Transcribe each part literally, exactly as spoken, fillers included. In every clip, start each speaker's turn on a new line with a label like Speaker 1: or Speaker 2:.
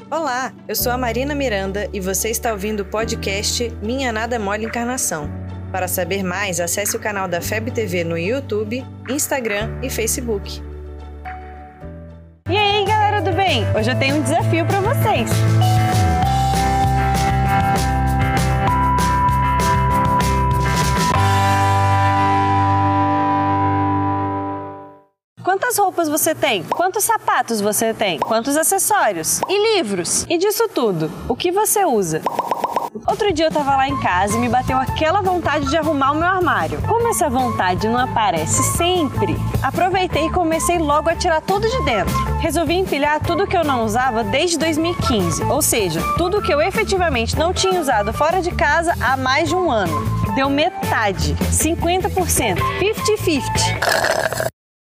Speaker 1: Olá, eu sou a Marina Miranda e você está ouvindo o podcast Minha Nada Mole Encarnação. Para saber mais, acesse o canal da F E B T V no YouTube, Instagram e Facebook.
Speaker 2: E aí, galera do bem? Hoje eu tenho um desafio para vocês. Quantas roupas você tem? Quantos sapatos você tem? Quantos acessórios? E livros? E disso tudo, o que você usa? Outro dia eu tava lá em casa e me bateu aquela vontade de arrumar o meu armário. Como essa vontade não aparece sempre, aproveitei e comecei logo a tirar tudo de dentro. Resolvi empilhar tudo que eu não usava desde dois mil e quinze, ou seja, tudo que eu efetivamente não tinha usado fora de casa há mais de um ano. Deu metade, cinquenta por cento, cinquenta cinquenta.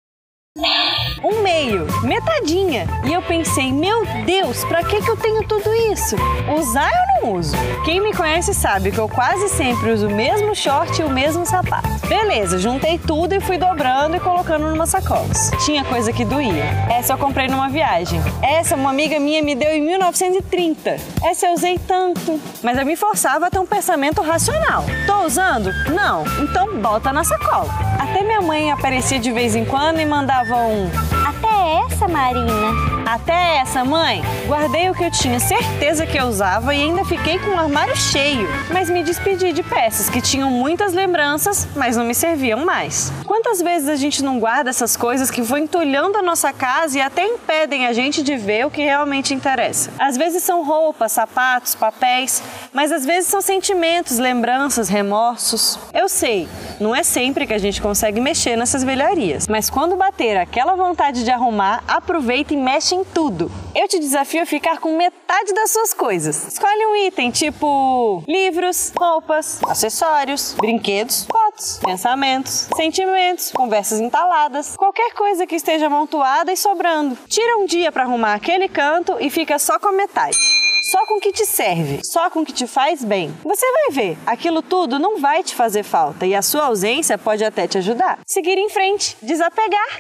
Speaker 2: Um meio, metadinha. E eu pensei, meu Deus, pra que que eu tenho tudo isso? Usar eu não uso. Quem me conhece sabe que eu quase sempre uso o mesmo short e o mesmo sapato. Beleza, juntei tudo e fui dobrando e colocando numa sacolas. Tinha coisa que doía. Essa eu comprei numa viagem. Essa uma amiga minha me deu em mil novecentos e trinta. Essa eu usei tanto. Mas eu me forçava a ter um pensamento racional. Tô usando? Não. Então bota na sacola. Até minha mãe aparecia de vez em quando e mandava um...
Speaker 3: Até essa, Marina.
Speaker 2: Até essa, mãe. Guardei o que eu tinha certeza que eu usava e ainda fiquei com o armário cheio. Mas me despedi de peças que tinham muitas lembranças, mas não me serviam mais. Quantas vezes a gente não guarda essas coisas que vão entulhando a nossa casa e até impedem a gente de ver o que realmente interessa? Às vezes são roupas, sapatos, papéis, mas às vezes são sentimentos, lembranças, remorsos. Eu sei, não é sempre que a gente consegue mexer nessas velharias, mas quando bater aquela vontade de arrumar, aproveita e mexe em tudo. Eu te desafio a ficar com metade das suas coisas. Escolhe um item tipo livros, roupas, acessórios, brinquedos, fotos, pensamentos, sentimentos, conversas entaladas, qualquer coisa que esteja amontoada e sobrando. Tira um dia para arrumar aquele canto e fica só com a metade. Só com o que te serve, só com o que te faz bem. Você vai ver, aquilo tudo não vai te fazer falta e a sua ausência pode até te ajudar. Seguir em frente, desapegar.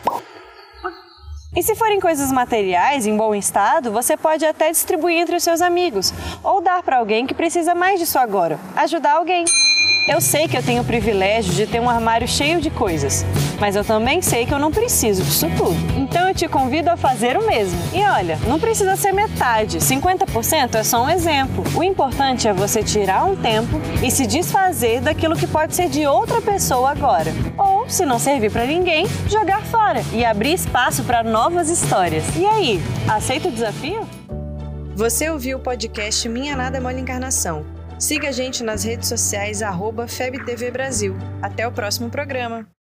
Speaker 2: E se forem coisas materiais, em bom estado, você pode até distribuir entre os seus amigos ou dar para alguém que precisa mais disso agora. Ajudar alguém. Eu sei que eu tenho o privilégio de ter um armário cheio de coisas, mas eu também sei que eu não preciso disso tudo. Então eu te convido a fazer o mesmo. E olha, não precisa ser metade, cinquenta por cento é só um exemplo. O importante é você tirar um tempo e se desfazer daquilo que pode ser de outra pessoa agora. Ou, se não servir para ninguém, jogar fora e abrir espaço para novas histórias. E aí, aceita o desafio?
Speaker 1: Você ouviu o podcast Minha Nada Mole Encarnação. Siga a gente nas redes sociais arroba F E B T V Brasil. Até o próximo programa.